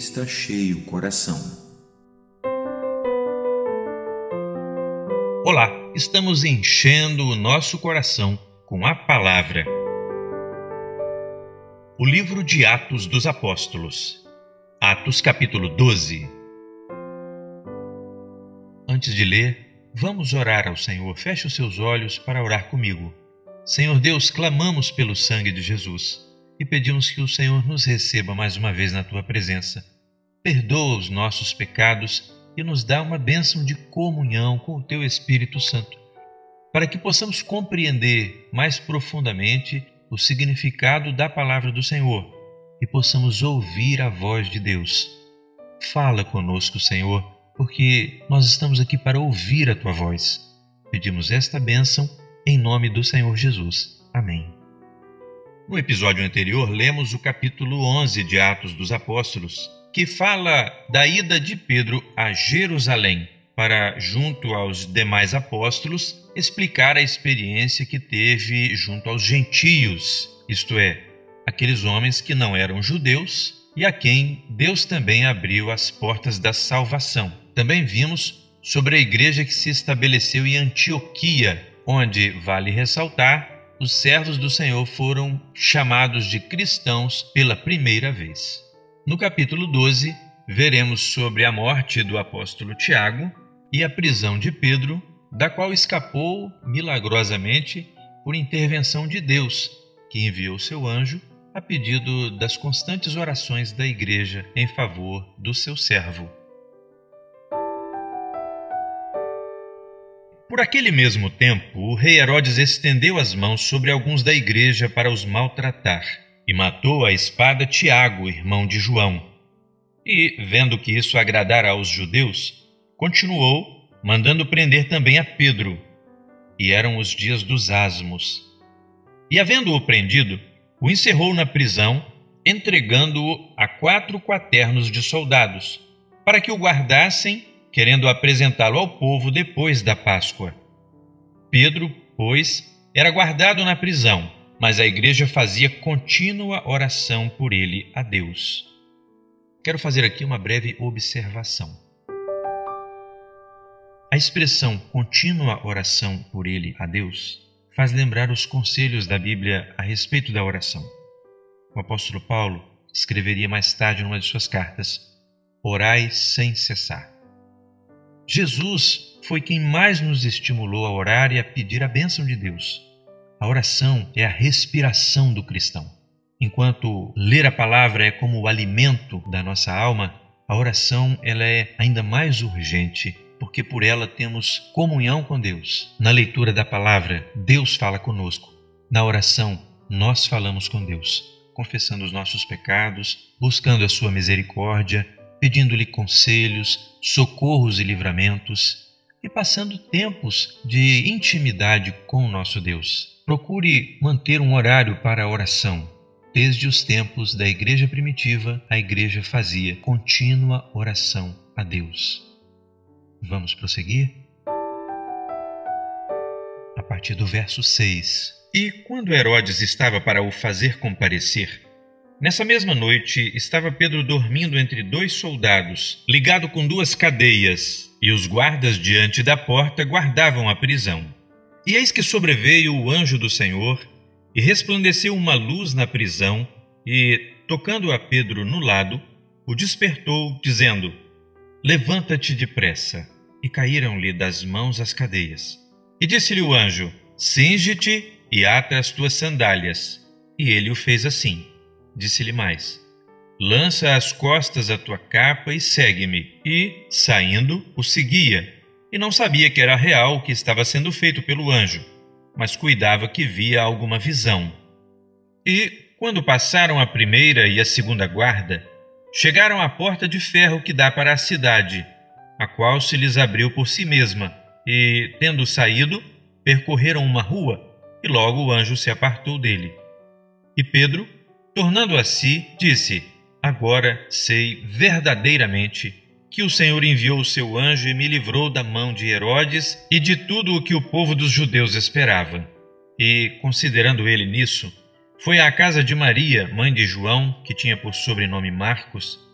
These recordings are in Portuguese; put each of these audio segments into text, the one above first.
está cheio o coração. Olá, estamos enchendo o nosso coração com a palavra. O livro de Atos dos Apóstolos. Atos capítulo 12. Antes de ler, vamos orar ao Senhor. Feche os seus olhos para orar comigo. Senhor Deus, clamamos pelo sangue de Jesus e pedimos que o Senhor nos receba mais uma vez na Tua presença. Perdoa os nossos pecados e nos dá uma bênção de comunhão com o Teu Espírito Santo, para que possamos compreender mais profundamente o significado da palavra do Senhor e possamos ouvir a voz de Deus. Fala conosco, Senhor, porque nós estamos aqui para ouvir a Tua voz. Pedimos esta bênção em nome do Senhor Jesus. Amém. No episódio anterior, lemos o capítulo 11 de Atos dos Apóstolos, que fala da ida de Pedro a Jerusalém para, junto aos demais apóstolos, explicar a experiência que teve junto aos gentios, isto é, aqueles homens que não eram judeus e a quem Deus também abriu as portas da salvação. Também vimos sobre a igreja que se estabeleceu em Antioquia, onde, vale ressaltar, os servos do Senhor foram chamados de cristãos pela primeira vez. No capítulo 12, veremos sobre a morte do apóstolo Tiago e a prisão de Pedro, da qual escapou milagrosamente por intervenção de Deus, que enviou seu anjo a pedido das constantes orações da igreja em favor do seu servo. Por aquele mesmo tempo, o rei Herodes estendeu as mãos sobre alguns da igreja para os maltratar e matou à espada Tiago, irmão de João. E, vendo que isso agradara aos judeus, continuou, mandando prender também a Pedro. E eram os dias dos asmos. E, havendo-o prendido, o encerrou na prisão, entregando-o a 4 quaternos de soldados, para que o guardassem, querendo apresentá-lo ao povo depois da Páscoa. Pedro, pois, era guardado na prisão, mas a igreja fazia contínua oração por ele a Deus. Quero fazer aqui uma breve observação. A expressão contínua oração por ele a Deus faz lembrar os conselhos da Bíblia a respeito da oração. O apóstolo Paulo escreveria mais tarde numa de suas cartas: orai sem cessar. Jesus foi quem mais nos estimulou a orar e a pedir a bênção de Deus. A oração é a respiração do cristão. Enquanto ler a palavra é como o alimento da nossa alma, a oração ela é ainda mais urgente, porque por ela temos comunhão com Deus. Na leitura da palavra, Deus fala conosco. Na oração, nós falamos com Deus, confessando os nossos pecados, buscando a sua misericórdia, pedindo-lhe conselhos, socorros e livramentos, e passando tempos de intimidade com o nosso Deus. Procure manter um horário para a oração. Desde os tempos da igreja primitiva, a igreja fazia contínua oração a Deus. Vamos prosseguir? A partir do verso 6. E quando Herodes estava para o fazer comparecer, nessa mesma noite estava Pedro dormindo entre 2 soldados, ligado com 2 cadeias, e os guardas diante da porta guardavam a prisão. E eis que sobreveio o anjo do Senhor, e resplandeceu uma luz na prisão, e, tocando a Pedro no lado, o despertou, dizendo: levanta-te depressa. E caíram-lhe das mãos as cadeias. E disse-lhe o anjo: cinge-te e ata as tuas sandálias. E ele o fez assim. Disse-lhe mais: lança às costas a tua capa e segue-me. E, saindo, o seguia, e não sabia que era real o que estava sendo feito pelo anjo, mas cuidava que via alguma visão. E, quando passaram a primeira e a segunda guarda, chegaram à porta de ferro que dá para a cidade, a qual se lhes abriu por si mesma, e, tendo saído, percorreram uma rua, e logo o anjo se apartou dele. E Pedro, tornando a si, disse: agora sei verdadeiramente que o Senhor enviou o seu anjo e me livrou da mão de Herodes e de tudo o que o povo dos judeus esperava. E, considerando ele nisso, foi à casa de Maria, mãe de João, que tinha por sobrenome Marcos,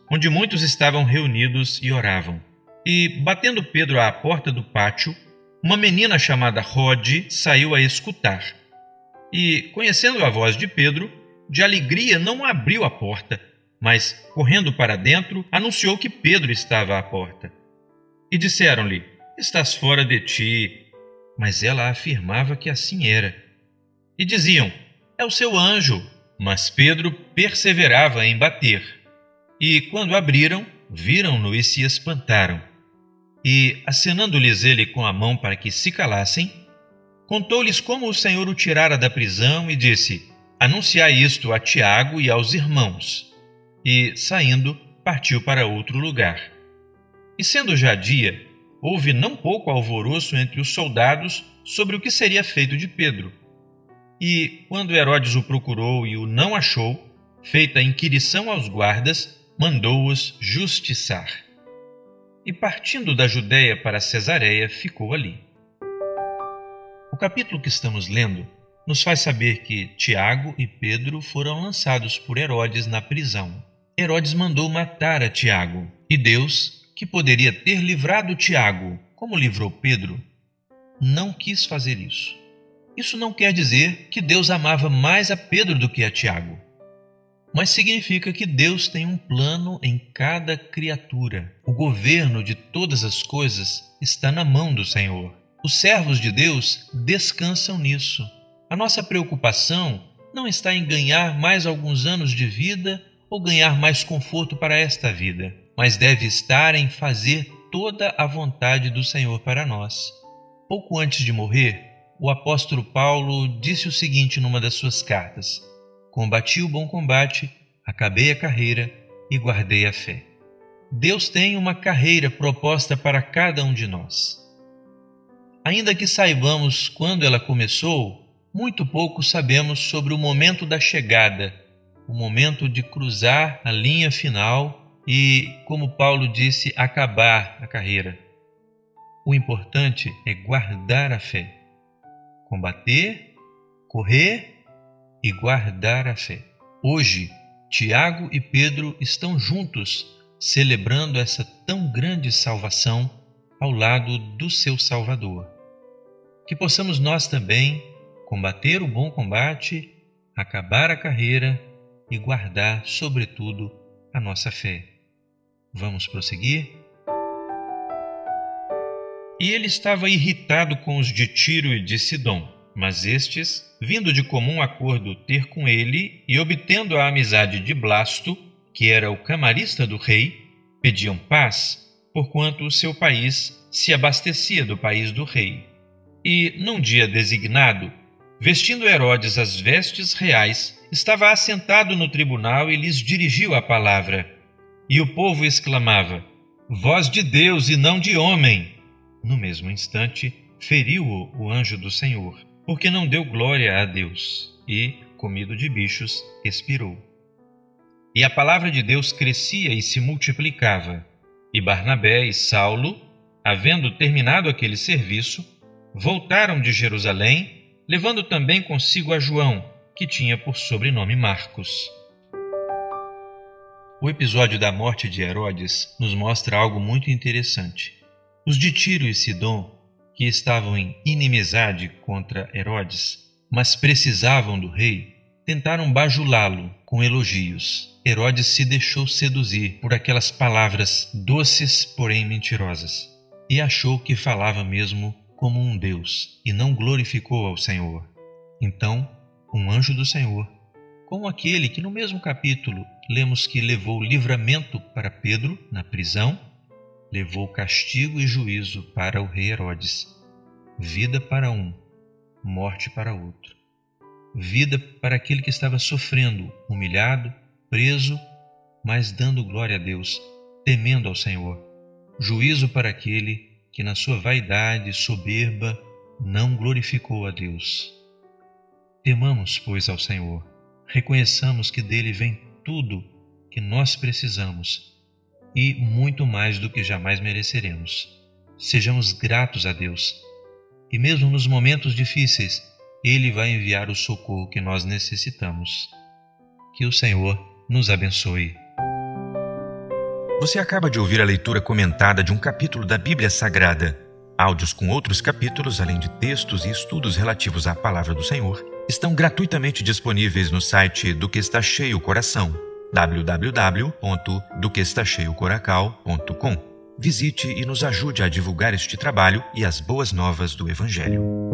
onde muitos estavam reunidos e oravam. E, batendo Pedro à porta do pátio, uma menina chamada Rode saiu a escutar. E, conhecendo a voz de Pedro, de alegria não abriu a porta, mas, correndo para dentro, anunciou que Pedro estava à porta. E disseram-lhe: Estás fora de ti. Mas ela afirmava que assim era. E diziam: É o seu anjo. Mas Pedro perseverava em bater. E, quando abriram, viram-no e se espantaram. E, acenando-lhes ele com a mão para que se calassem, contou-lhes como o Senhor o tirara da prisão e disse: Anunciai isto a Tiago e aos irmãos. E, saindo, partiu para outro lugar. E, sendo já dia, houve não pouco alvoroço entre os soldados sobre o que seria feito de Pedro. E, quando Herodes o procurou e o não achou, feita a inquirição aos guardas, mandou-os justiçar. E, partindo da Judéia para Cesareia, ficou ali. O capítulo que estamos lendo nos faz saber que Tiago e Pedro foram lançados por Herodes na prisão. Herodes mandou matar a Tiago, e Deus, que poderia ter livrado Tiago, como livrou Pedro, não quis fazer isso. Isso não quer dizer que Deus amava mais a Pedro do que a Tiago, mas significa que Deus tem um plano em cada criatura. O governo de todas as coisas está na mão do Senhor. Os servos de Deus descansam nisso. A nossa preocupação não está em ganhar mais alguns anos de vida ou ganhar mais conforto para esta vida, mas deve estar em fazer toda a vontade do Senhor para nós. Pouco antes de morrer, o apóstolo Paulo disse o seguinte numa das suas cartas: Combati o bom combate, acabei a carreira e guardei a fé. Deus tem uma carreira proposta para cada um de nós. Ainda que saibamos quando ela começou, muito pouco sabemos sobre o momento da chegada, o momento de cruzar a linha final e, como Paulo disse, acabar a carreira. O importante é guardar a fé. Combater, correr e guardar a fé. Hoje, Tiago e Pedro estão juntos, celebrando essa tão grande salvação ao lado do seu Salvador. Que possamos nós também combater o bom combate, acabar a carreira e guardar, sobretudo, a nossa fé. Vamos prosseguir? E ele estava irritado com os de Tiro e de Sidom, mas estes, vindo de comum acordo ter com ele e obtendo a amizade de Blasto, que era o camarista do rei, pediam paz, porquanto o seu país se abastecia do país do rei. E, num dia designado, vestindo Herodes as vestes reais, estava assentado no tribunal e lhes dirigiu a palavra. E o povo exclamava: Voz de Deus e não de homem! No mesmo instante, feriu-o o anjo do Senhor, porque não deu glória a Deus, e, comido de bichos, expirou. E a palavra de Deus crescia e se multiplicava. E Barnabé e Saulo, havendo terminado aquele serviço, voltaram de Jerusalém, levando também consigo a João, que tinha por sobrenome Marcos. O episódio da morte de Herodes nos mostra algo muito interessante. Os de Tiro e Sidom, que estavam em inimizade contra Herodes, mas precisavam do rei, tentaram bajulá-lo com elogios. Herodes se deixou seduzir por aquelas palavras doces, porém mentirosas, e achou que falava mesmo como um Deus, e não glorificou ao Senhor. Então, um anjo do Senhor, como aquele que no mesmo capítulo lemos que levou livramento para Pedro na prisão, levou castigo e juízo para o rei Herodes. Vida para um, morte para outro. Vida para aquele que estava sofrendo, humilhado, preso, mas dando glória a Deus, temendo ao Senhor. Juízo para aquele que na sua vaidade soberba não glorificou a Deus. Temamos, pois, ao Senhor. Reconheçamos que dele vem tudo que nós precisamos e muito mais do que jamais mereceremos. Sejamos gratos a Deus. E mesmo nos momentos difíceis, Ele vai enviar o socorro que nós necessitamos. Que o Senhor nos abençoe. Você acaba de ouvir a leitura comentada de um capítulo da Bíblia Sagrada. Áudios com outros capítulos, além de textos e estudos relativos à Palavra do Senhor, estão gratuitamente disponíveis no site Do Que Está Cheio o Coração, www.doquestacheiocoracal.com. Visite e nos ajude a divulgar este trabalho e as boas novas do Evangelho.